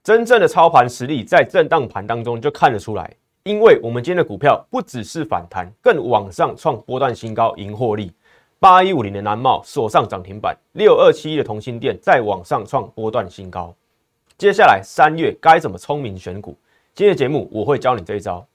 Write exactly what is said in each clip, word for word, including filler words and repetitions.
真正的操盘实力在震荡盘当中就看得出来，因为我们今天的股票不只是反弹，更往上创波段新高，赢获利。八一五零的南茂锁上涨停板，六二七一的同心店再往上创波段新高。接下来三月该怎么聪明选股？今天的节目我会教你这一招。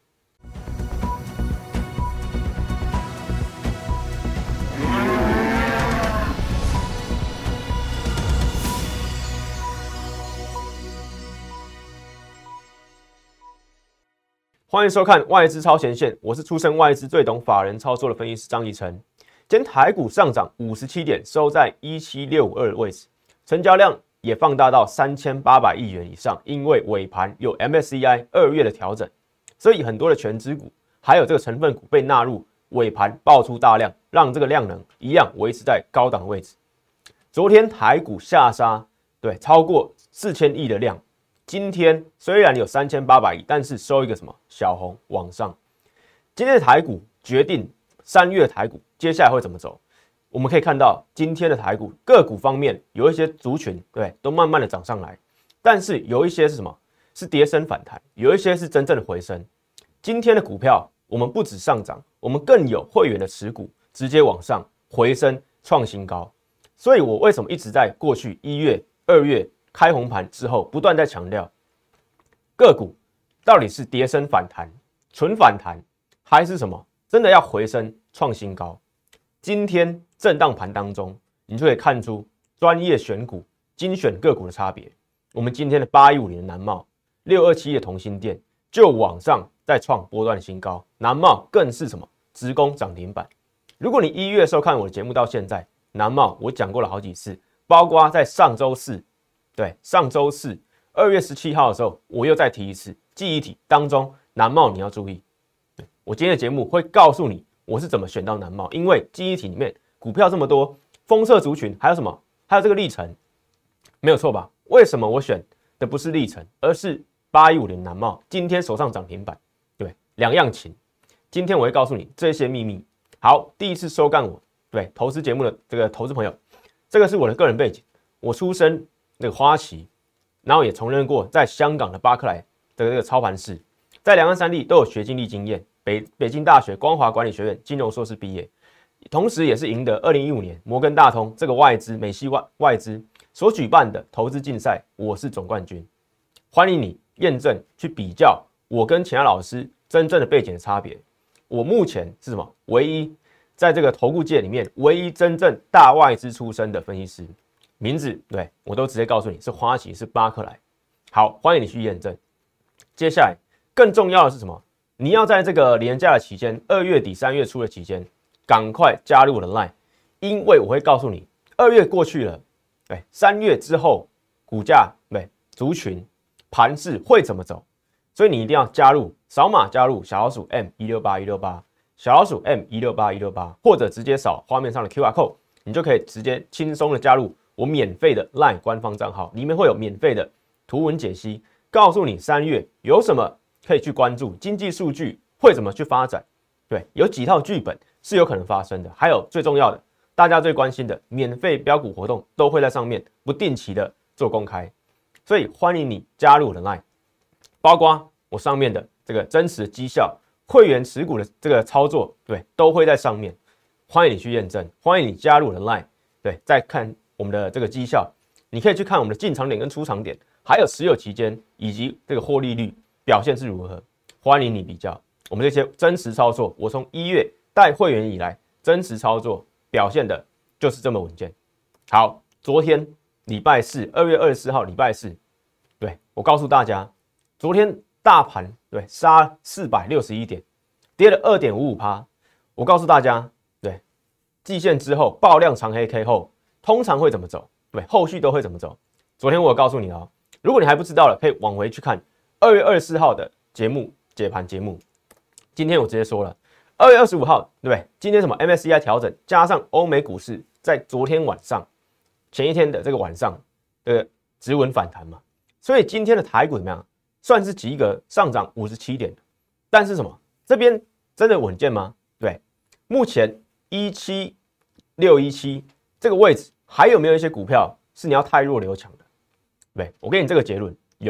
欢迎收看外资超前线，我是出身外资最懂法人操作的分析师张义成。今天台股上涨五十七点，收在一七六五二的位置，成交量也放大到三千八百亿元以上。因为尾盘有 M S C I 二月的调整，所以很多的全指股还有这个成分股被纳入，尾盘爆出大量，让这个量能一样维持在高档位置。昨天台股下杀，对，超过四千亿的量。今天虽然有三千八百亿，但是收一个什么小红往上。今天的台股决定三月台股接下来会怎么走。我们可以看到今天的台股个股方面有一些族群对都慢慢的涨上来，但是有一些是什么？是跌升反弹，有一些是真正的回升。今天的股票我们不止上涨，我们更有会员的持股直接往上回升创新高。所以我为什么一直在过去一月、二月开红盘之后，不断在强调个股到底是跌升反弹、纯反弹，还是什么真的要回升创新高？今天震荡盘当中，你就可以看出专业选股、精选个股的差别。我们今天的八一五零的南茂、六二七一的同心店就往上再创波段新高，南茂更是什么直攻涨停板。如果你一月收看我的节目到现在，南茂我讲过了好几次，包括在上周四。对，上周四二月十七号的时候，我又再提一次，记忆体当中南茂你要注意。我今天的节目会告诉你我是怎么选到南茂，因为记忆体里面股票这么多，封测族群还有什么？还有这个历程，没有错吧？为什么我选的不是历程，而是八一五零南茂？今天手上涨停板，对，两样情。今天我会告诉你这些秘密。好，第一次收看我对投资节目的这个投资朋友，这个是我的个人背景，我出身那个花旗，然后也从任过在香港的巴克莱的这个操盘室，在两岸三地都有学经历经验。北北京大学光华管理学院金融硕士毕业，同时也是赢得二零一五年摩根大通这个外资美系外外资所举办的投资竞赛，我是总冠军。欢迎你验证去比较我跟其他老师真正的背景的差别。我目前是什么？唯一在这个投顾界里面唯一真正大外资出身的分析师。名字对我都直接告诉你是花旗，是巴克莱。好，欢迎你去验证。接下来更重要的是什么？你要在这个连假的期间，二月底三月初的期间，赶快加入我的 Line， 因为我会告诉你，二月过去了，对，三月之后股价对族群盘势会怎么走，所以你一定要加入，扫码加入小老鼠 M 一六八一六八，小老鼠 M 一六八一六八，或者直接扫画面上的 Q R code， 你就可以直接轻松的加入我免费的 Line 官方账号，里面会有免费的图文解析，告诉你三月有什么可以去关注，经济数据会怎么去发展，对，有几套剧本是有可能发生的，还有最重要的，大家最关心的免费标股活动都会在上面不定期的做公开，所以欢迎你加入我的 Line， 包括我上面的这个真实的绩效、会员持股的这个操作，对，都会在上面，欢迎你去验证，欢迎你加入我的 Line， 对，再看我们的这个绩效，你可以去看我们的进场点跟出场点，还有持有期间以及这个获利率表现是如何，欢迎你比较我们这些真实操作。我从一月带会员以来，真实操作表现的就是这么稳健。好，昨天礼拜四，二月二十四号礼拜四，对我告诉大家，昨天大盘对杀四百六十一点，跌了 百分之二点五五。我告诉大家，对季线之后爆量长黑 K 后，通常会怎么走？对，后续都会怎么走？昨天我有告诉你哦，如果你还不知道了，可以往回去看二月二十四号的节目解盘节目。今天我直接说了，二月二十五号，对不对？今天什么 M S C I 调整，加上欧美股市在昨天晚上、前一天的这个晚上的止稳反弹嘛，所以今天的台股怎么样？算是及格，上涨五十七点。但是什么？这边真的稳健吗？对，目前一七六一七这个位置，还有没有一些股票是你要太弱留强的？对，我给你这个结论，有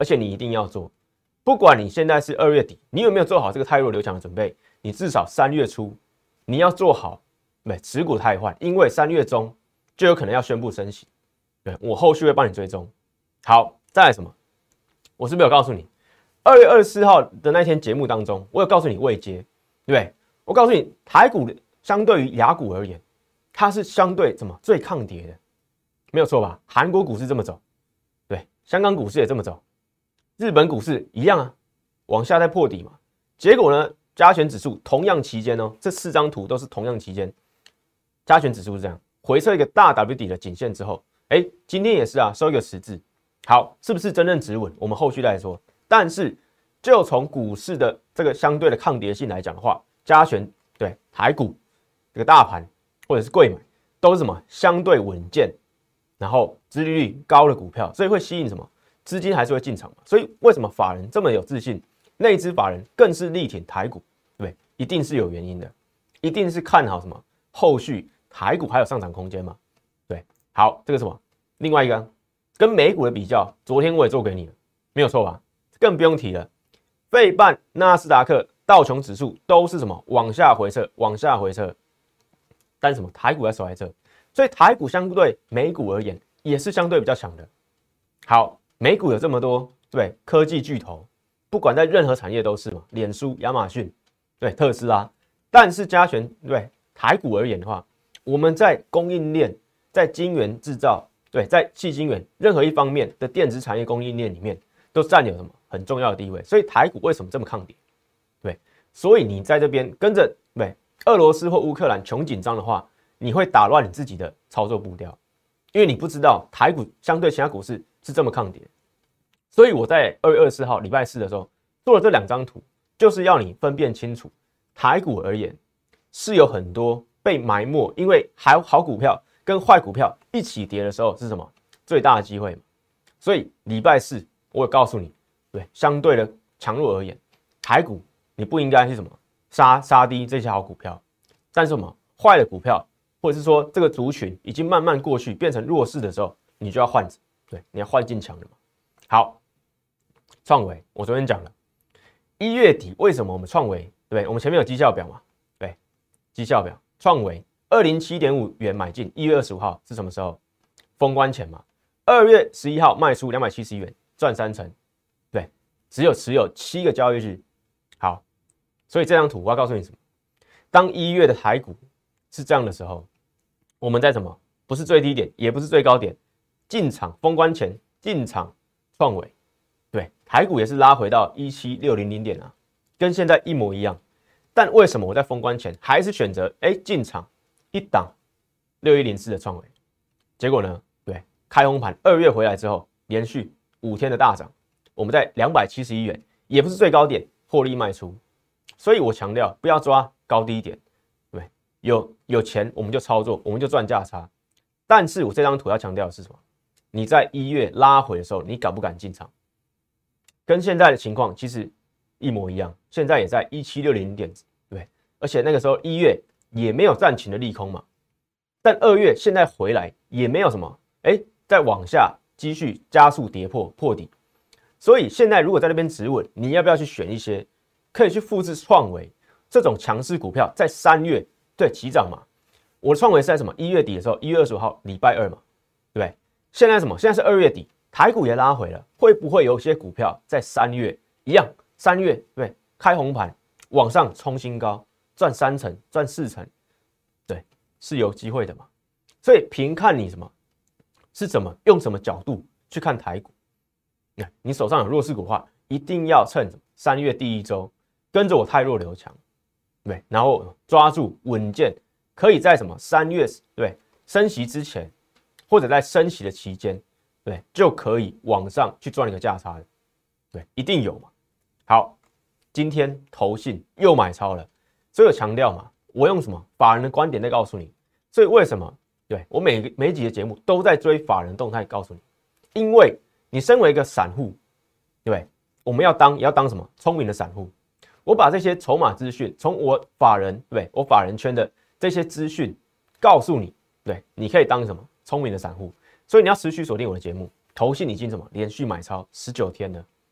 而且你一定要做。不管你现在是二月底，你有没有做好这个太弱留强的准备，你至少三月初你要做好，对，持股汰换，因为三月中就有可能要宣布升息。对，我后续会帮你追踪。好，再来什么？我是不是有告诉你，二月二十四号的那天节目当中，我有告诉你位阶，对不对？我告诉你，台股相对于亚股而言，它是相对怎么最抗跌的，没有错吧？韩国股市这么走，对，香港股市也这么走。日本股市一样啊，往下再破底嘛。结果呢，加权指数同样期间哦，这四张图都是同样期间，加权指数是这样回测一个大 W 底的颈线之后，哎，今天也是啊，收一个十字。好，是不是真正止稳？我们后续再说。但是就从股市的这个相对的抗跌性来讲的话，加权对台股这个大盘或者是柜买都是什么相对稳健，然后殖利率高的股票，所以会吸引什么？资金还是会进场嘛，所以为什么法人这么有自信？内资法人更是力挺台股，对不对？一定是有原因的，一定是看好什么后续台股还有上涨空间嘛？对，好，这个什么？另外一个跟美股的比较，昨天我也做给你了，没有错吧？更不用提了，费半、纳斯达克、道琼指数都是什么往下回撤，往下回撤，但什么台股在守在这，所以台股相对美股而言也是相对比较强的。好。美股有这么多对科技巨头，不管在任何产业都是嘛，脸书、亚马逊、对特斯拉。但是加权对台股而言的话，我们在供应链、在晶圆制造、对在矽晶圆任何一方面的电子产业供应链里面，都占有什么很重要的地位。所以台股为什么这么抗跌？对，所以你在这边跟着对俄罗斯或乌克兰穷紧张的话，你会打乱你自己的操作步调，因为你不知道台股相对其他股市是这么抗跌。所以我在二月二十四号礼拜四的时候做了这两张图，就是要你分辨清楚，台股而言是有很多被埋没，因为好好股票跟坏股票一起跌的时候是什么最大的机会嘛？所以礼拜四我有告诉你，对相对的强弱而言，台股你不应该是什么杀杀低这些好股票，但是什么坏的股票或者是说这个族群已经慢慢过去变成弱势的时候，你就要换，对，你要换进强的嘛。好。创维，我昨天讲了，一月底为什么我们创维，对不对？我们前面有绩效表嘛，对，绩效表，创维二零七点五元买进，一月二十五号是什么时候？封关前嘛，二月十一号卖出两百七十一元，赚三成，对，只有持有七个交易日。好，所以这张图我要告诉你什么？当一月的台股是这样的时候，我们在什么？不是最低点，也不是最高点，进场封关前进场创维。对，台股也是拉回到一七六零零点啊，跟现在一模一样。但为什么我在封关前还是选择哎进场一档六一零四的创维？结果呢，对，开红盘二月回来之后，连续五天的大涨，我们在两百七十一元，也不是最高点，获利卖出。所以我强调不要抓高低点，对，有有钱我们就操作，我们就赚价差。但是我这张图要强调的是什么？你在一月拉回的时候，你敢不敢进场？跟现在的情况其实一模一样，现在也在一七六零点，对，而且那个时候一月也没有暂停的利空嘛，但二月现在回来也没有什么，哎，再往下继续加速跌破破底，所以现在如果在那边止稳，你要不要去选一些可以去复制创维这种强势股票，在三月对起涨嘛？我的创维是在什么？一月底的时候，一月二十五号礼拜二嘛，对不对？现在什么？现在是二月底。台股也拉回了，会不会有些股票在三月一样？三月对开红盘往上冲新高，赚三成、赚四成，对，是有机会的嘛？所以凭看你什么是怎么用什么角度去看台股。你手上有弱势股的话，一定要趁三月第一周跟着我太弱留强，对，然后抓住稳健，可以在什么三月对升息之前，或者在升息的期间。对，就可以往上去赚一个价差的，对，一定有嘛。好，今天投信又买超了，所以我强调嘛，我用什么法人的观点在告诉你。所以为什么？对我每个每集的节目都在追法人动态，告诉你，因为你身为一个散户，对，我们要当也要当什么聪明的散户。我把这些筹码资讯从我法人对我法人圈的这些资讯告诉你，对，你可以当什么聪明的散户。所以你要持续锁定我的节目，投信已经什么连续买超十九天了，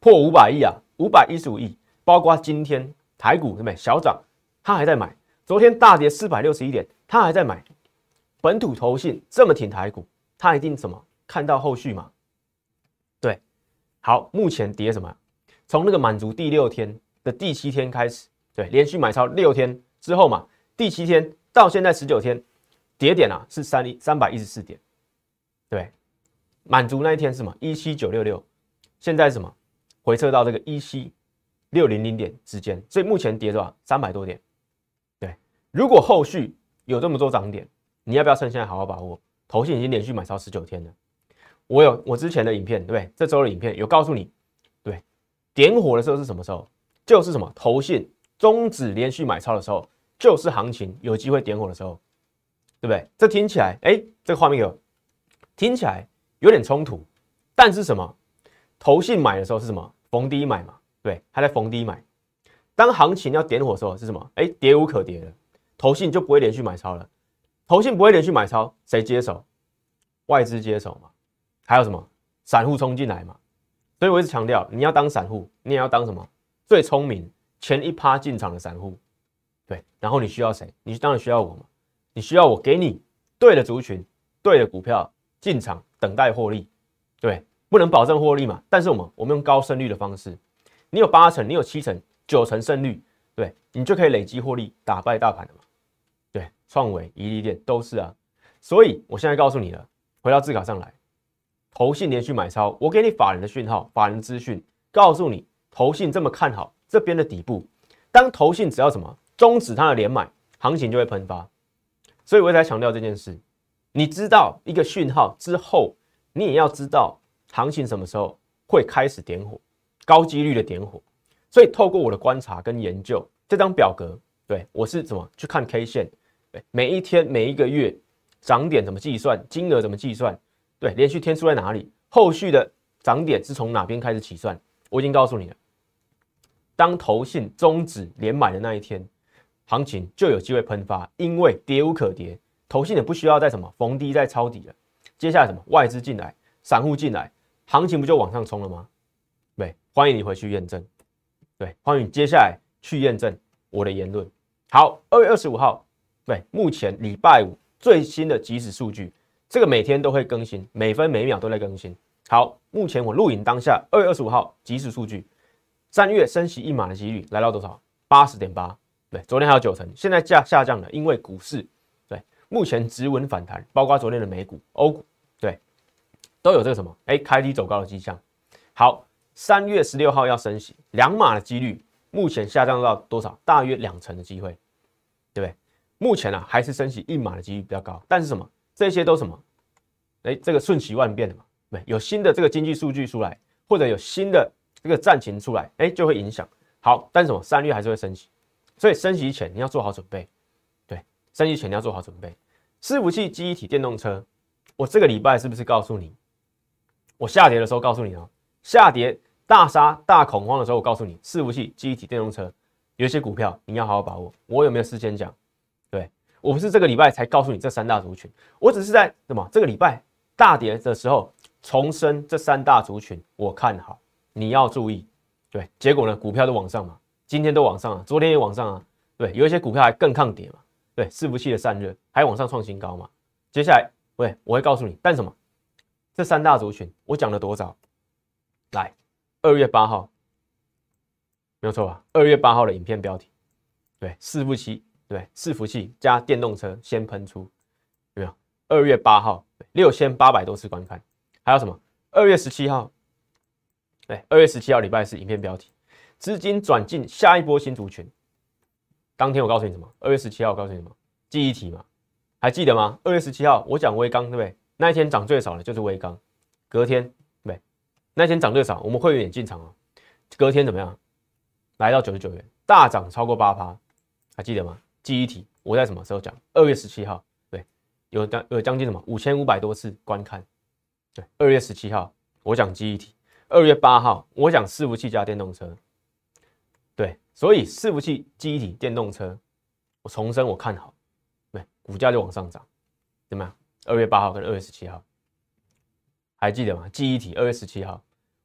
破五百亿啊，五百一十五亿，包括今天台股对不对？小涨，他还在买。昨天大跌四百六十一点，他还在买。本土投信这么挺台股，他一定什么看到后续嘛？对，好，目前跌什么？从那个满足第六天的第七天开始，对，连续买超六天之后嘛，第七天到现在十九天，跌点啊是三三百一十四点，对，满足那一天是什么？一七九六六，现在是什么？回撤到这个一七六零零点之间，所以目前跌多少？三百多点。对，如果后续有这么多涨点，你要不要趁现在好好把握？投信已经连续买超十九天了。我有我之前的影片，对不对？这周的影片有告诉你，对，点火的时候是什么时候？就是什么？投信终止连续买超的时候，就是行情有机会点火的时候，对不对？这听起来，哎，这个画面有听起来有点冲突，但是什么？投信买的时候是什么？逢低买嘛，对，他在逢低买。当行情要点火的时候是什么？哎，跌无可跌了，投信就不会连续买超了。投信不会连续买超，谁接手？外资接手嘛。还有什么？散户冲进来嘛。所以我一直强调，你要当散户，你也要当什么？最聪明、前一趴进场的散户。对，然后你需要谁？你当然需要我嘛。你需要我给你对的族群、对的股票进场，等待获利。对，不能保证获利嘛，但是我们我们用高胜率的方式，你有八成，你有七成、九成胜率，对你就可以累积获利，打败大盘了嘛。对，创维、怡利电都是啊。所以我现在告诉你了，回到字卡上来，投信连续买超，我给你法人的讯号、法人资讯，告诉你投信这么看好这边的底部。当投信只要什么终止它的连买，行情就会喷发。所以我才强调这件事，你知道一个讯号之后，你也要知道行情什么时候会开始点火，高几率的点火。所以透过我的观察跟研究，这张表格，对我是怎么去看 K 线，对每一天每一个月涨点怎么计算，金额怎么计算，对连续天数在哪里，后续的涨点是从哪边开始起算，我已经告诉你了。当投信终止连买的那一天，行情就有机会喷发，因为跌无可跌，投信也不需要再什么逢低再抄底了。接下来什么外资进来，散户进来，行情不就往上冲了吗？对，欢迎你回去验证。对，欢迎你接下来去验证我的言论。好，二月二十五号，对，目前礼拜五最新的即时数据，这个每天都会更新，每分每秒都在更新。好，目前我录影当下，二月二十五号即时数据，三月升息一码的几率来到多少？八十点八。对，昨天还有九成，现在价下降了，因为股市对目前止稳反弹，包括昨天的美股、欧股，对，都有这个什么？哎，开低走高的迹象。好，三月十六号要升息，两码的几率目前下降到多少？大约两成的机会，对不对？目前啊还是升息一码的几率比较高，但是什么？这些都什么？哎，这个瞬息万变的嘛，对，有新的这个经济数据出来，或者有新的这个战情出来，哎，就会影响。好，但是什么？三月还是会升息。所以升息前你要做好准备，对，升息前你要做好准备。伺服器、记忆体、电动车，我这个礼拜是不是告诉你？我下跌的时候告诉你哦，下跌大杀大恐慌的时候，我告诉你，伺服器、记忆体、电动车有一些股票你要好好把握。我有没有事先讲？对，我不是这个礼拜才告诉你这三大族群，我只是在什么这个礼拜大跌的时候重申这三大族群，我看好，你要注意。对，结果呢，股票都往上嘛。今天都往上啊，昨天也往上啊，对，有一些股票还更抗跌嘛，对，伺服器的散热还往上创新高嘛。接下来，对，我会告诉你，但什么？这三大族群我讲了多少？来，二月八号，没有错吧？二月八号的影片标题，对，伺服器，对，伺服器加电动车先喷出，有没有？二月八号，六千八百多次观看，还有什么？二月十七号，对，二月十七号礼拜四影片标题。资金转进下一波新族群，当天我告诉你什么？二月十七号我告诉你什么？记忆体嘛，还记得吗？二月十七号我讲微钢，对不对？那一天涨最少的就是微钢，隔天对不对？那一天涨最少，我们会员也进场哦。隔天怎么样？来到九十九元，大涨超过八趴，还记得吗？记忆体我在什么时候讲？二月十七号，对，有将有将近什么五千五百多次观看，对，二月十七号我讲记忆体，二月八号我讲伺服器加电动车。对，所以伺服器、记忆体、电动车，我重申我看好，对，股价就往上涨，怎么样？二月八号跟二月十七号，还记得吗？记忆体二月十七号，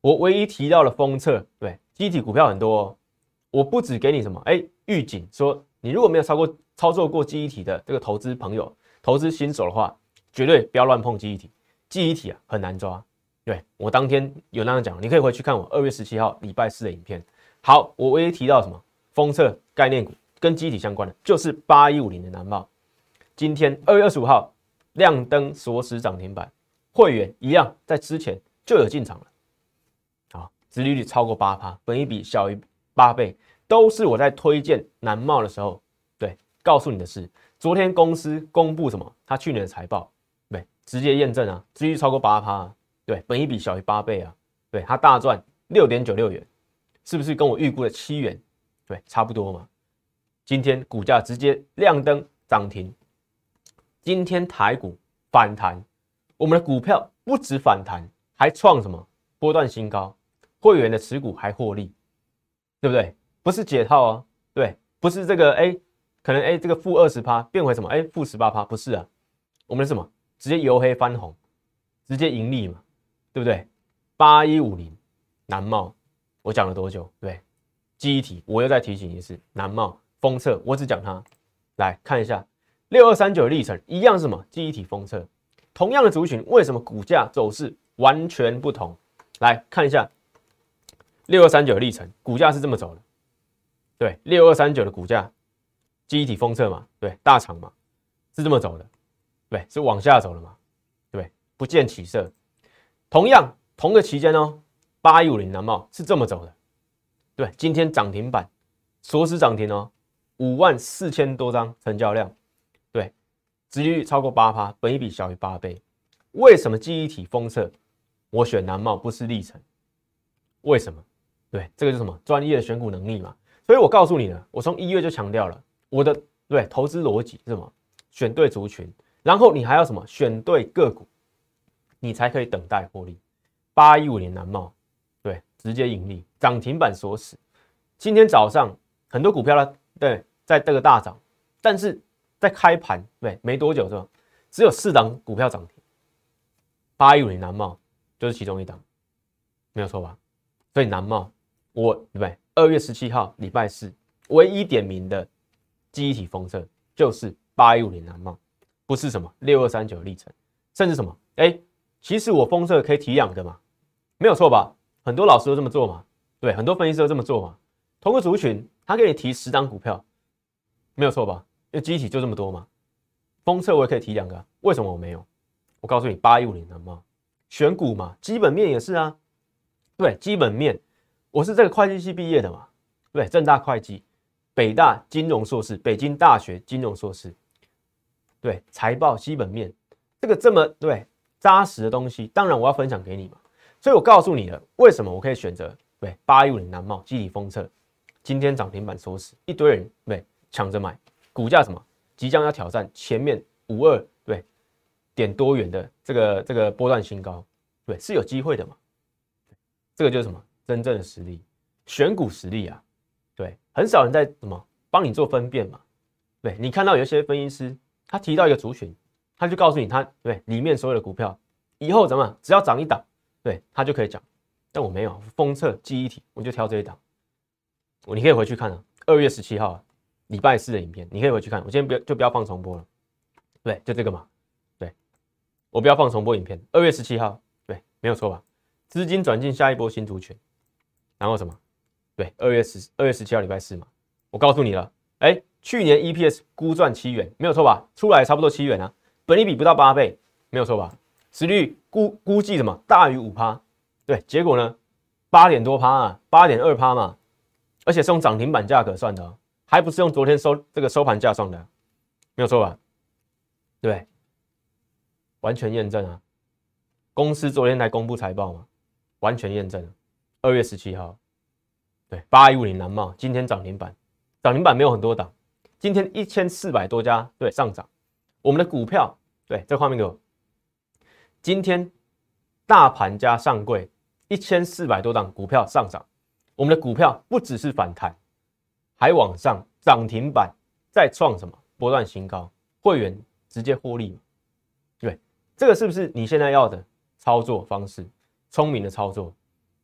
我唯一提到了封测，对，记忆体股票很多哦。我不只给你什么，哎，预警说你如果没有操过操作过记忆体的这个投资朋友、投资新手的话，绝对不要乱碰记忆体。记忆体啊很难抓。对我当天有那样讲，你可以回去看我二月十七号礼拜四的影片。好，我唯一提到什么封测概念股跟记忆体相关的，就是八一五零的南茂。今天二月二十五号亮灯锁死涨停板，会员一样在之前就有进场了。好，殖利率超过 百分之八， 本益比小于八倍，都是我在推荐南茂的时候，对，告诉你的是，昨天公司公布什么？它去年的财报，对，直接验证啊，殖利率超过 百分之八， 啊，对，本益比小于八倍啊，对，它大赚 六点九六元，是不是跟我预估的七元，对，差不多嘛？今天股价直接亮灯涨停，今天台股反弹，我们的股票不止反弹，还创什么波段新高，会员的持股还获利。对不对？不是解套啊，对，不是这个哎，可能哎这个负二十趴变回什么哎负十八趴，不是啊，我们是什么直接由黑翻红，直接盈利嘛，对不对？八一五零南茂，我讲了多久？对，记忆体我又再提醒一次，南茂封测我只讲它，来看一下六二三九的历程一样是什么记忆体封测，同样的族群为什么股价走势完全不同？来看一下。六二三九的历程，股价是这么走的，对，六二三九的股价，记忆体封测嘛，对，大厂嘛，是这么走的，对，是往下走的嘛，对，不见起色。同样同个期间哦，八一五零南茂是这么走的，对，今天涨停板，锁死涨停哦，五万四千多张成交量，对，殖利率超过 百分之八， 本益比小于八倍。为什么记忆体封测我选南茂不是历程？为什么？对，这个就是什么专业的选股能力嘛。所以我告诉你了，我从一月就强调了，我的对投资逻辑是什么？选对族群，然后你还要什么？选对个股，你才可以等待获利。八一五零南茂，对，直接盈利，涨停板锁死。今天早上很多股票呢，对，在这个大涨，但是在开盘对没多久是吧？只有四档股票涨停，八一五零南茂就是其中一档，没有错吧？所以南茂。我对不对？二月十七号礼拜四，唯一点名的记忆体封测就是八一五零南茂，不是什么六二三九历程，甚至什么哎，其实我封测可以提两个嘛，没有错吧？很多老师都这么做嘛，对，很多分析师都这么做嘛。同个族群，他给你提十档股票，没有错吧？因为记忆体就这么多嘛，封测我也可以提两个，为什么我没有？我告诉你，八一五零南茂选股嘛，基本面也是啊，对，基本面。我是这个会计系毕业的嘛，对，政大会计，北大金融硕士，北京大学金融硕士，对，财报基本面这个这么对扎实的东西，当然我要分享给你嘛。所以我告诉你了，为什么我可以选择对八一五零南茂记忆体封测，今天涨停板锁死，一堆人对抢着买，股价什么即将要挑战前面五二对点多元的这个这个波段新高，对，是有机会的嘛。这个就是什么？真正的实力，选股实力啊，对，很少人在什么帮你做分辨嘛，对，你看到有一些分析师，他提到一个族群，他就告诉你他对里面所有的股票以后怎么只要涨一档，对他就可以涨，但我没有封测记忆体，我就挑这一档，你可以回去看啊，二月十七号礼拜四的影片，你可以回去看，我今天不要就不要放重播了，对，就这个嘛，对，我不要放重播影片，二月十七号，对，没有错吧？资金转进下一波新族群。然后什么？对，二月十二月十七号礼拜四嘛，我告诉你了，哎，去年 E P S 估赚七元，没有错吧？出来差不多七元啊，本益比不到八倍，没有错吧？殖利率估估计什么大于五趴，对，结果呢，八点多趴啊，八点二趴嘛，而且是用涨停板价格算的、哦，还不是用昨天收这个收盘价算的、啊，没有错吧？对，完全验证啊，公司昨天来公布财报嘛，完全验证了。二月十七号，对，八一五零南茂今天涨停板，涨停板没有很多档，今天一千四百多家对上涨，我们的股票对这画面给我，今天大盘加上柜一千四百多档股票上涨，我们的股票不只是反弹，还往上涨停板，再创什么波段新高，会员直接获利，对，这个是不是你现在要的操作方式？聪明的操作。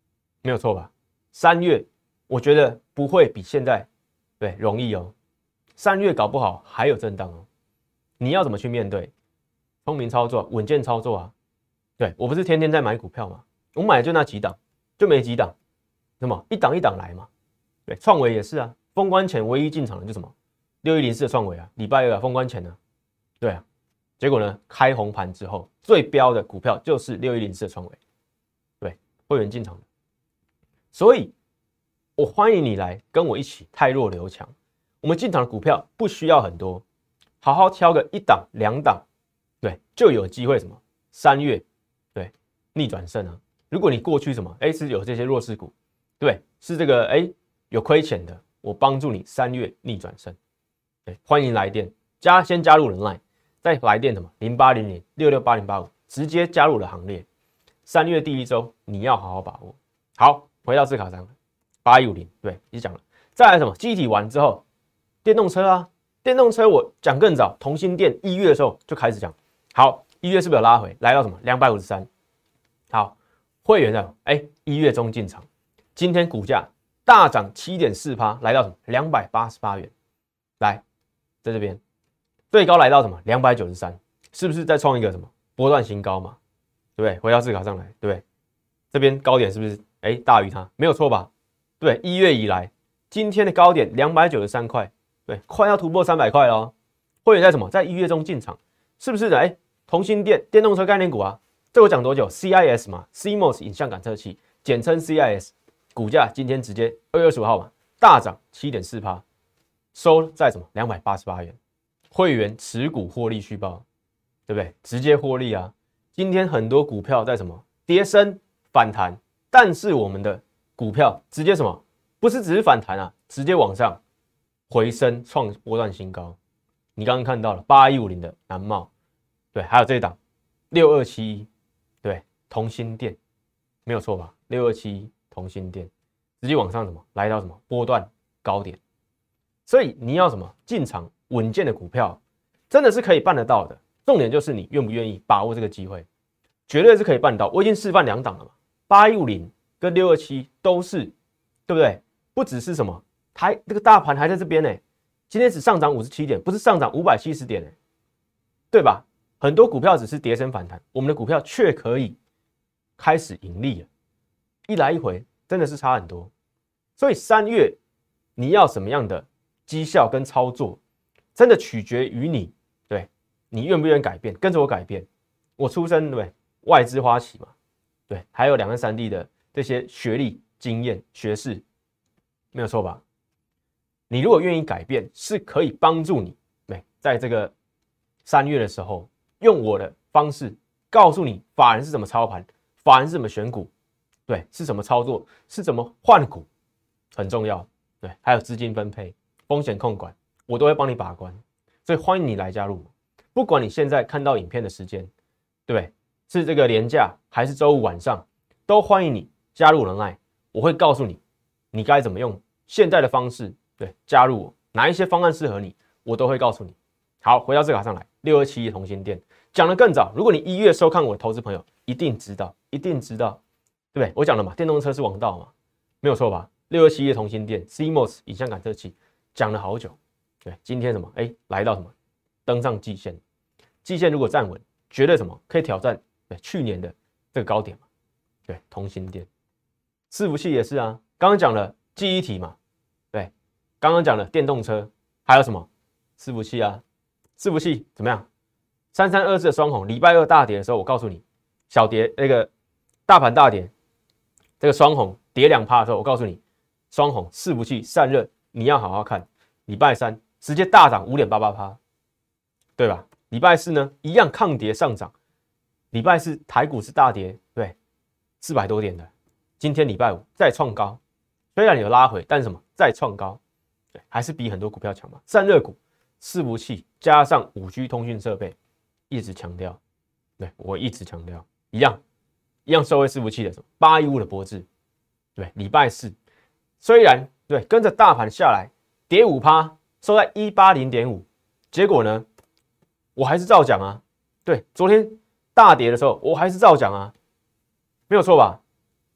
没有错吧？三月我觉得不会比现在对容易哦，三月搞不好还有震荡哦，你要怎么去面对？聪明操作，稳健操作啊！对我不是天天在买股票嘛，我买的就那几档，就没几档，那么一档一档来嘛。对，创维也是啊，封关前唯一进场的就什么六一零四的创维啊，礼拜二啊封关前呢、啊，对啊，结果呢开红盘之后最标的股票就是六一零四的创维，对，会员进场的，所以我欢迎你来跟我一起汰弱留强。我们进场的股票不需要很多，好好挑个一档两档，对，就有机会什么三月对逆转胜啊。如果你过去什么哎是有这些弱势股，对，是这个哎有亏钱的，我帮助你三月逆转胜。对，欢迎来电加先加入人 LINE， 再来电什么零八零零六六八零八五，直接加入了行列。三月第一周你要好好把握。好，回到字卡上八一五零，对，已经讲了。再来什么？记忆体完之后，电动车啊，电动车我讲更早，同心电一月的时候就开始讲。好，一月是不是有拉回，来到什么两百五十三？好，会员的哎，一月中进场，今天股价大涨 百分之七点四， 来到什么两百八十八元？来，在这边最高来到什么两百九十三，是不是再创一个什么波段新高嘛？对不对？回到字卡上来，对不对？这边高点是不是哎大于它？没有错吧？对，一月以来今天的高点两百九十三块，对，快要突破三百块了哦。会员在什么？在一月中进场，是不是的？哎，同心电电动车概念股啊，这我讲多久 ？C I S 嘛 ，C M O S 影像感测器，简称 C I S， 股价今天直接二月二十五号嘛，大涨 百分之七点四， 收在什么两百八十八元。会员持股获利续报，对不对？直接获利啊！今天很多股票在什么跌升反弹，但是我们的股票直接什么？不是只是反弹啊，直接往上回升创波段新高。你刚刚看到了八一五零的南茂，对，还有这一档六二七一，对，同心电，没有错吧？六二七一同心电直接往上什么？来到什么波段高点？所以你要什么进场稳健的股票，真的是可以办得到的。重点就是你愿不愿意把握这个机会，绝对是可以办到。我已经示范两档了嘛，八一五零跟六二七都是，对不对？不只是什么台这个大盘还在这边呢，今天只上涨五十七点，不是上涨五百七十点呢，对吧？很多股票只是跌升反弹，我们的股票却可以开始盈利了，一来一回真的是差很多。所以三月你要什么样的绩效跟操作，真的取决于你，对，你愿不愿意改变，跟着我改变。我出身对外资花旗嘛，对，还有两岸三地的这些学历、经验、学识，没有错吧？你如果愿意改变，是可以帮助你，对，在这个三月的时候，用我的方式告诉你法人是怎么操盘，法人是怎么选股，对，是怎么操作，是怎么换股，很重要，对，还有资金分配。风险控管，我都会帮你把关，所以欢迎你来加入。不管你现在看到影片的时间，对不对？是这个连假还是周五晚上，都欢迎你加入人爱，我会告诉你，你该怎么用现在的方式，对，加入我，哪一些方案适合你，我都会告诉你。好，回到这卡上来，六二七一同心电讲得更早，如果你一月收看我的投资朋友，一定知道，一定知道，对不对？我讲了嘛，电动车是王道嘛，没有错吧？六二七一同心电 C M O S 影像感测器。讲了好久，对，今天什么？哎，来到什么？登上季线，季线如果站稳，绝对什么可以挑战对去年的这个高点嘛？对，同心电，伺服器也是啊。刚刚讲了记忆体嘛，对，刚刚讲了电动车，还有什么伺服器啊？伺服器怎么样？三三二四的双红，礼拜二大跌的时候，我告诉你，小跌那个大盘大跌，这个双红跌两趴的时候，我告诉你，双红伺服器散热。你要好好看，礼拜三直接大涨 五点八八趴， 对吧？礼拜四呢，一样抗跌上涨。礼拜四台股是大跌，对，四百多点的。今天礼拜五再创高，虽然有拉回，但是什么再创高，对，还是比很多股票强嘛。散热股、伺服器加上 五 G 通讯设备，一直强调，对我一直强调，一样一样受惠伺服器的什么八一五的博智，对，礼拜四虽然。对，跟着大盘下来，跌 百分之五， 收在 一百八十点五， 结果呢，我还是照讲啊。对，昨天大跌的时候，我还是照讲啊，没有错吧？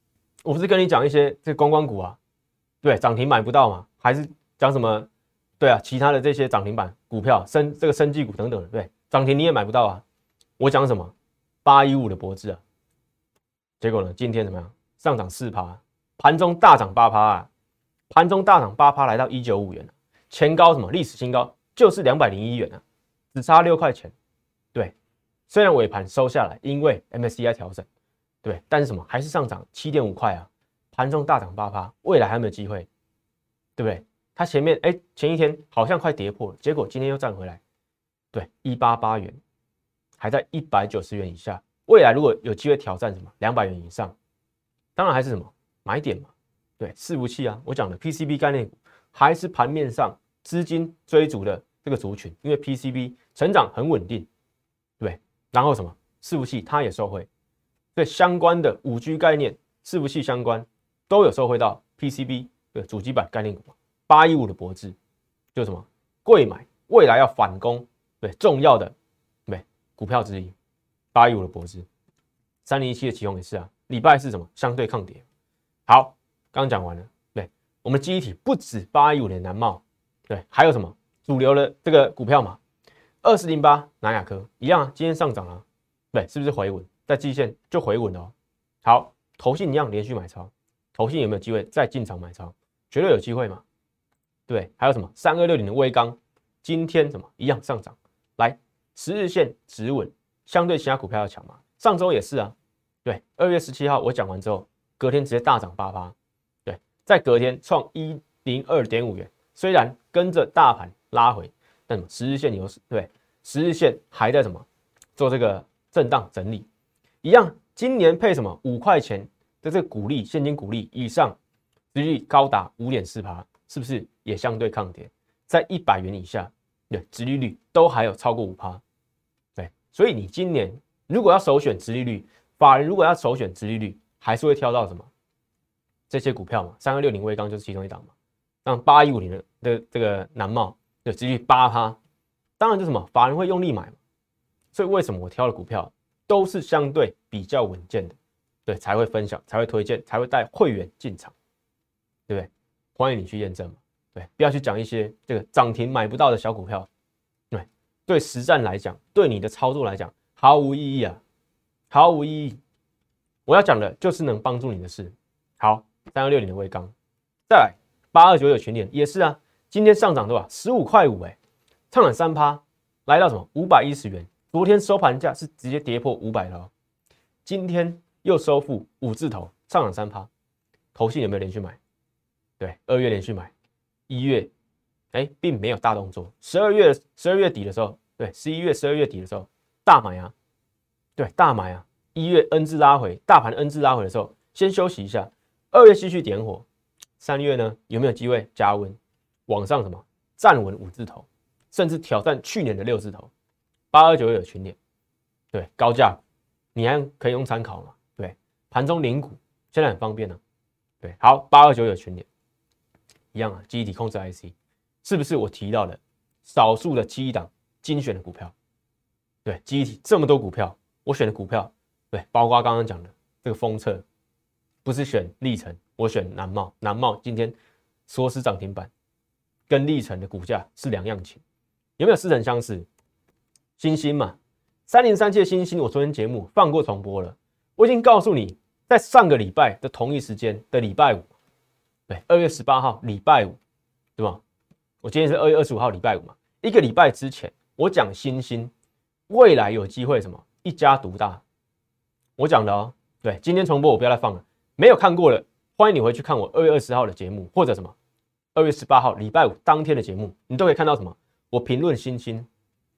我不是跟你讲一些这观光股啊，对，涨停买不到嘛，还是讲什么？对啊，其他的这些涨停板股票，生这个生技股等等的，对，涨停你也买不到啊。我讲什么？八一五的博智啊，结果呢，今天怎么样？上涨四趴，盘中大涨八趴啊，盘中大涨八趴，来到一九五元了，前高什么？历史新高就是两百零一元啊，只差六块钱。对，虽然尾盘收下来，因为 M S C I 调整，对，但是什么？还是上涨七点五块啊，盘中大涨八趴，未来还有没有机会？对不对？它前面哎，前一天好像快跌破了，结果今天又站回来，对，一百八十八元，还在一百九十元以下。未来如果有机会挑战什么两百元以上，当然还是什么买点嘛，对，伺服器啊，我讲的 P C B 概念股还是盘面上资金追逐的这个族群，因为 P C B 成长很稳定，对，然后什么伺服器它也受惠，所以相关的 五 G 概念、伺服器相关都有受惠到 P C B 的主机板概念股嘛。八一五的博智就是什么贵买，未来要反攻，对，重要的对股票之一。八一五的博智，三零一七的奇鋐也是啊，礼拜四什么相对抗跌。好，刚讲完了，对，我们记忆体不止八一五的南茂，对，还有什么主流的这个股票嘛，二四零八南亚科一样啊，今天上涨啊，对，是不是回稳？在季线就回稳了哦。好，投信一样连续买超，投信有没有机会再进场买超？绝对有机会嘛。对，还有什么三二六零的威刚，今天什么一样上涨，来十日线止稳，相对其他股票要强嘛。上周也是啊，对，二月十七号我讲完之后，隔天直接大涨八趴，对，在隔天创一零二点五元，虽然跟着大盘拉回，但十日线有对，十日线还在什么做这个震荡整理，一样，今年配什么五块钱的这个股利现金股利以上，殖利率高达五点四趴。是不是也相对抗跌？在一百元以下，对，殖利率都还有超过 百分之五， 对，所以你今年如果要首选殖利率，法人如果要首选殖利率，还是会挑到什么这些股票嘛？三二六零威刚就是其中一档嘛，像八一五零的这个南茂的殖利率 百分之八， 当然就是什么法人会用力买嘛。所以为什么我挑的股票都是相对比较稳健的，对，才会分享，才会推荐，才会带会员进场，对不对？欢迎你去验证嘛，对，不要去讲一些这个涨停买不到的小股票，对，对实战来讲，对你的操作来讲毫无意义啊，毫无意义。我要讲的就是能帮助你的事。好，三二六零的威刚，再来八二九九群联也是啊，今天上涨多少？十五块五哎，上涨三趴，来到什么五百一十元？昨天收盘价是直接跌破五百了哦，今天又收复五字头，上涨三趴，投信有没有连续买？对，二月连续买，一月，哎，并没有大动作。十二月十二月底的时候，对，十一月十二月底的时候大买啊，对，大买啊。一月 N 字拉回，大盘 N 字拉回的时候，先休息一下。二月继续点火，三月呢有没有机会加温，往上什么站稳五字头，甚至挑战去年的六字头？八二九九群联，对，高价，你还可以用参考嘛？对，盘中零股现在很方便呢、啊。对，好，八二九九群联。一样啊，记忆体控制 I C 是不是我提到的少数的七档精选的股票？对，记忆体这么多股票，我选的股票，对，包括刚刚讲的这个封测，不是选力成，我选南茂，南茂今天锁死涨停板，跟力成的股价是两样情，有没有似曾相识？星星嘛，三零三七的星星，我昨天节目放过重播了，我已经告诉你，在上个礼拜的同一时间的礼拜五。对，二月十八号礼拜五，对吧？我今天是二月二十五号礼拜五嘛，一个礼拜之前，我讲新兴未来有机会什么一家独大，我讲的哦。对，今天重播我不要再放了，没有看过了，欢迎你回去看我二月二十号的节目，或者什么二月十八号礼拜五当天的节目，你都可以看到什么？我评论新兴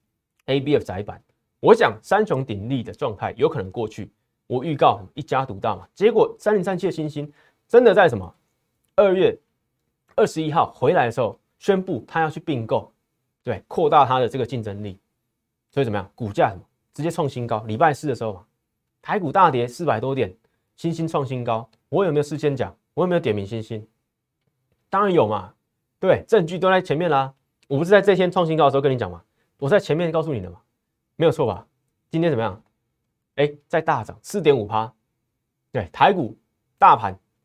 A B F 窄板，我讲三雄鼎立的状态有可能过去，我预告一家独大嘛，结果三零三七的新兴真的在什么？二月二十一号回来的时候，宣布他要去并购，对，扩大他的这个竞争力，所以怎么样？股价什么直接创新高。礼拜四的时候嘛，台股大跌四百多点，新兴创新高。我有没有事先讲？我有没有点名新兴？当然有嘛，对，证据都在前面啦。我不是在这天创新高的时候跟你讲嘛，我在前面告诉你的嘛，没有错吧？今天怎么样？哎，在大涨 百分之四点五， 对，台股大盘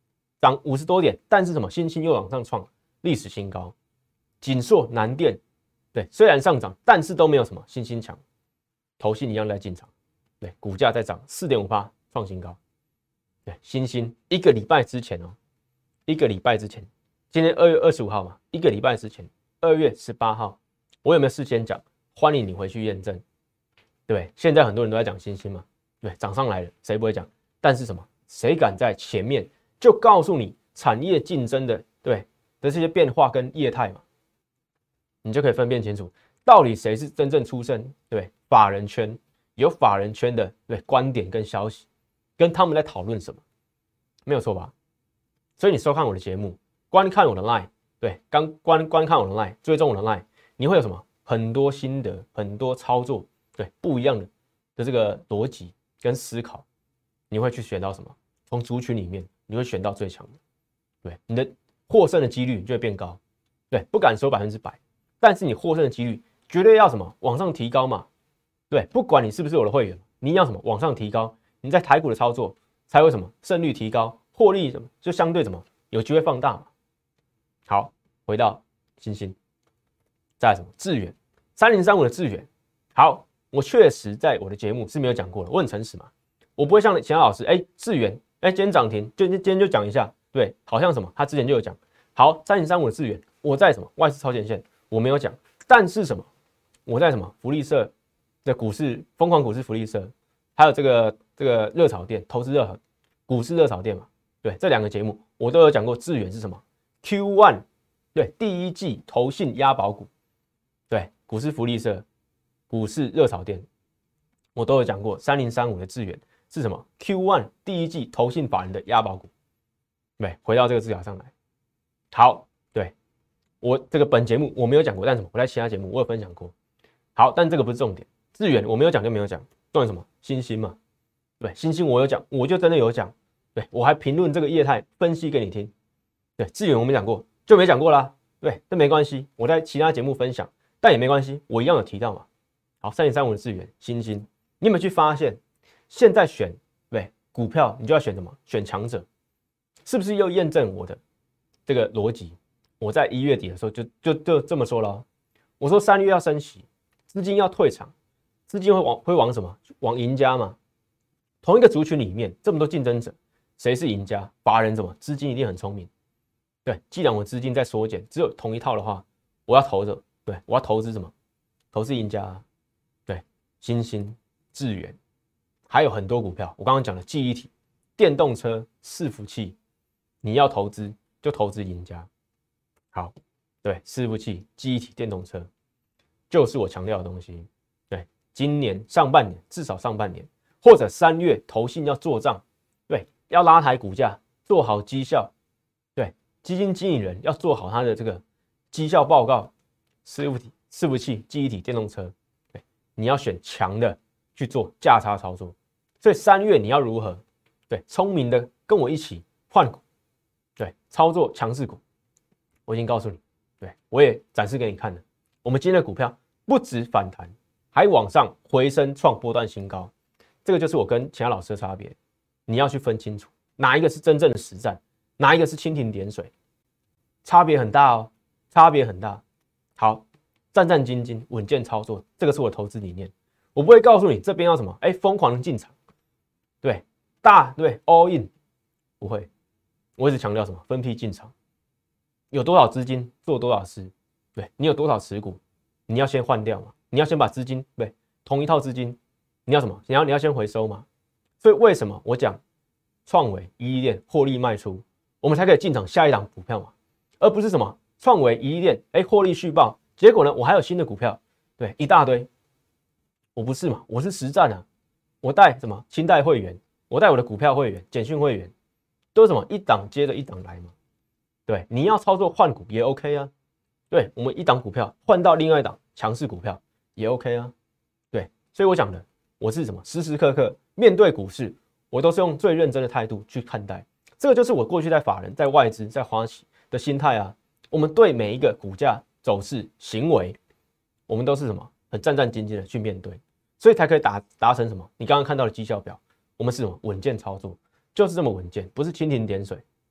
涨五十多点，但是什么？新兴又往上创历史新高，锦硕、南电，对，虽然上涨，但是都没有什么新兴强，投信一样在进场，对，股价在涨 百分之四点五 创新高，对，新兴一个礼拜之前哦，一个礼拜之前，今天二月二十五号嘛，一个礼拜之前，二月十八号，我有没有事先讲？欢迎你回去验证，对，现在很多人都在讲新兴嘛，对，涨上来了，谁不会讲？但是什么？谁敢在前面就告诉你产业竞争的对的这些变化跟业态嘛？你就可以分辨清楚，到底谁是真正出身对法人圈有法人圈的对观点跟消息，跟他们在讨论什么，没有错吧？所以你收看我的节目，观看我的 line， 对，刚观观看我的 line， 追踪我的 line， 你会有什么很多心得，很多操作，对不一样的的这个逻辑跟思考，你会去选到什么？从族群里面，你会选到最强的，对，你的获胜的几率就会变高，对，不敢说百分之百，但是你获胜的几率绝对要什么往上提高嘛，对，不管你是不是我的会员，你要什么往上提高，你在台股的操作才会什么胜率提高，获利什么就相对什么有机会放大嘛。好，回到新兴，再来什么智原三零三五的智原，好，我确实在我的节目是没有讲过的，我很诚实嘛，我不会像其他老师，哎，智原，哎，今天涨停，就今天就讲一下，对，好像什么他之前就有讲，好，三零三五的智原，我在什么外资超前线我没有讲，但是什么我在什么福利社的股市疯狂股市福利社，还有这个这个热炒店投资热股市热炒店嘛，对，这两个节目我都有讲过，智原是什么 Q 一， 对，第一季投信押宝股，对，股市福利社股市热炒店我都有讲过，三零三五的智原是什么 Q 一 第一季投信法人的押宝股，对，回到这个字卡上来，好，对我这个本节目我没有讲过，但什么我在其他节目我有分享过，好，但这个不是重点，智原我没有讲就没有讲，重点什么新兴嘛，对，新兴我有讲，我就真的有讲，对我还评论这个业态分析给你听，对，智原我没讲过就没讲过啦，对，这没关系，我在其他节目分享，但也没关系，我一样有提到嘛。好，三零三五的智原新兴，你有没有去发现，现在选对股票你就要选什么？选强者，是不是又验证我的这个逻辑？我在一月底的时候就就就这么说了，我说三月要升息，资金要退场，资金会往会往什么？往赢家嘛。同一个族群里面这么多竞争者，谁是赢家？法人怎么？资金一定很聪明。对，既然我资金在缩减，只有同一套的话，我要投的，对，我要投资什么？投资赢家啊，对，新兴、智原，还有很多股票。我刚刚讲的记忆体、电动车、伺服器，你要投资就投资赢家。好，对，伺服器、记忆体、电动车，就是我强调的东西。对，今年上半年至少上半年，或者三月投信要做账，对，要拉抬股价，做好绩效，对，基金经理人要做好他的这个绩效报告，伺服体、伺服器、记忆体、电动车，对，你要选强的去做价差操作。所以三月你要如何？对，聪明的跟我一起换股，对，操作强势股。我已经告诉你，对我也展示给你看了。我们今天的股票不止反弹，还往上回升创波段新高，这个就是我跟其他老师的差别。你要去分清楚，哪一个是真正的实战，哪一个是蜻蜓点水，差别很大哦，差别很大。好，战战兢兢，稳健操作，这个是我的投资理念。我不会告诉你这边要什么，哎，疯狂的进场，对，大对 all in， 不会。我一直强调什么，分批进场。有多少资金做多少事，对你有多少持股，你要先换掉嘛，你要先把资金对同一套资金，你要什么？你要你要先回收嘛。所以为什么我讲创惟、怡利电获利卖出，我们才可以进场下一档股票嘛，而不是什么创惟、怡利电哎获利续报，结果呢我还有新的股票，对一大堆，我不是嘛，我是实战啊，我带什么清代会员，我带我的股票会员、简讯会员，都是什么一档接着一档来嘛。对，你要操作换股也 OK 啊。对，我们一档股票换到另外一档强势股票也 OK 啊。对，所以我讲的，我是什么？时时刻刻面对股市，我都是用最认真的态度去看待。这个就是我过去在法人、在外资、在花旗的心态啊。我们对每一个股价走势、行为，我们都是什么？很战战兢兢的去面对，所以才可以达达成什么？你刚刚看到的绩效表，我们是什么？稳健操作，就是这么稳健，不是蜻蜓点水。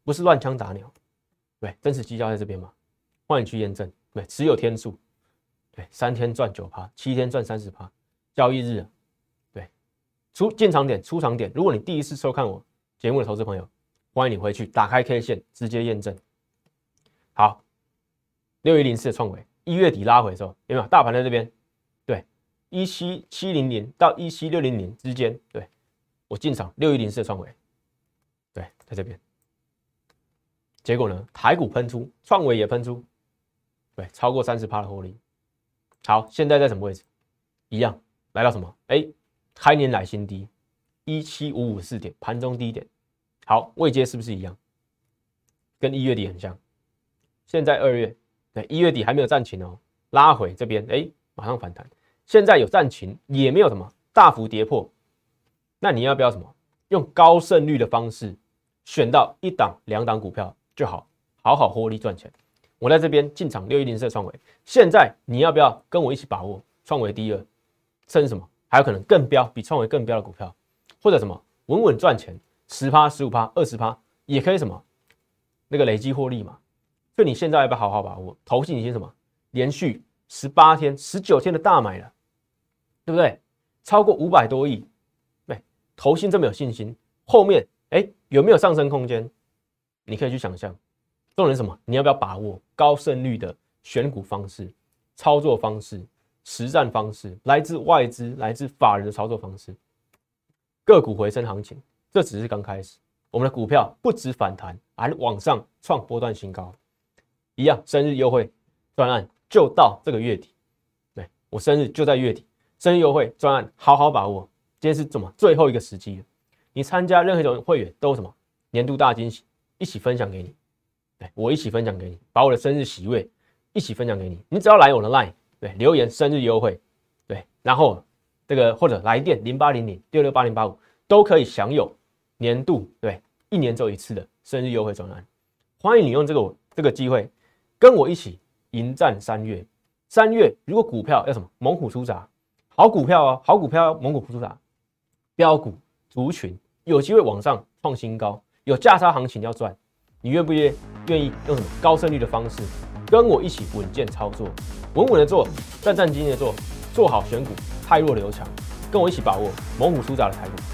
不是乱枪打鸟。对，真实绩效在这边嘛，欢迎去验证。对，持有天数，对，三天赚九趴，七天赚三十趴，交易日啊，对，出进场点、出场点。如果你第一次收看我节目的投资朋友，欢迎你回去打开 K 线直接验证。好，六一零四的创惟，一月底拉回的时候，有没有？大盘在这边，对，一七七零零到一七六零零之间，对我进场六一零四的创惟，对，在这边。结果呢，台股喷出，创惟也喷出，对，超过 百分之三十 的获利。好，现在在什么位置？一样，来到什么？哎，开年来新低，一七五五四点，盘中低点。好，位阶是不是一样？跟一月底很像。现在二月，对，一月底还没有站情哦，拉回这边，哎，马上反弹。现在有站情，也没有什么大幅跌破。那你要不要什么？用高胜率的方式选到一档、两档股票就好，好好获利赚钱。我在这边进场六一零四的创惟，现在你要不要跟我一起把握创惟第二，甚至什么还有可能更飙，比创惟更飙的股票，或者什么稳稳赚钱， 百分之十、十五、二十 也可以什么那个累积获利嘛。所以你现在要不要好好把握？投信已经什么连续十八天、十九天的大买了，对不对？超过五百多亿，对，投信这么有信心，后面哎有没有上升空间？你可以去想象。重点是什么？你要不要把握高胜率的选股方式、操作方式、实战方式，来自外资、来自法人的操作方式？个股回升行情，这只是刚开始。我们的股票不止反弹，还往上创波段新高。一样，生日优惠专案就到这个月底，对，我生日就在月底，生日优惠专案好好把握。今天是怎么最后一个时机了？你参加任何一种会员都有什么年度大惊喜，一起分享给你。对，我一起分享给你，把我的生日喜悦一起分享给你。你只要来我的 LINE， 对，留言生日优惠，对，然后这个或者来电零八零零六六八零八五都可以享有年度对一年只有一次的生日优惠专案。欢迎你用这个这个机会跟我一起迎战三月。三月如果股票要什么猛虎出闸，好股票哦，好股票要猛虎出闸，标股族群有机会往上创新高，有价差行情要赚。你愿不愿意愿意用什么高胜率的方式跟我一起稳健操作，稳稳的做，战战兢兢的做，做好选股，汰弱留强，跟我一起把握猛虎出闸的台股。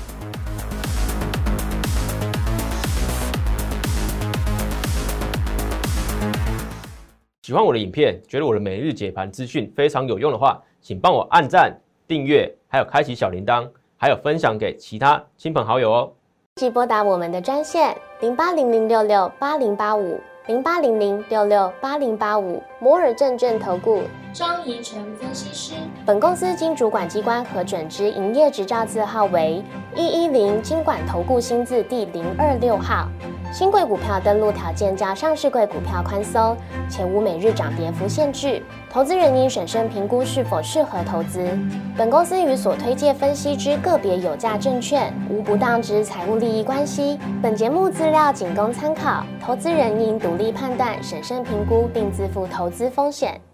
喜欢我的影片，觉得我的每日解盘资讯非常有用的话，请帮我按赞、订阅，还有开启小铃铛，还有分享给其他亲朋好友哦。 即拨打我们的专线零八零零六六八零八五零八零零六六八零八五摩尔证券投顾张怡晨分析师。 本公司经主管机关核准之营业执照字号为一一零金管投顾新字第零二六号。新贵股票登录条件较上市贵股票宽松，且无每日涨跌幅限制。投资人应审慎评估是否适合投资。本公司与所推介分析之个别有价证券无不当之财务利益关系。本节目资料仅供参考，投资人应独立判断、审慎评估，并自负投资风险。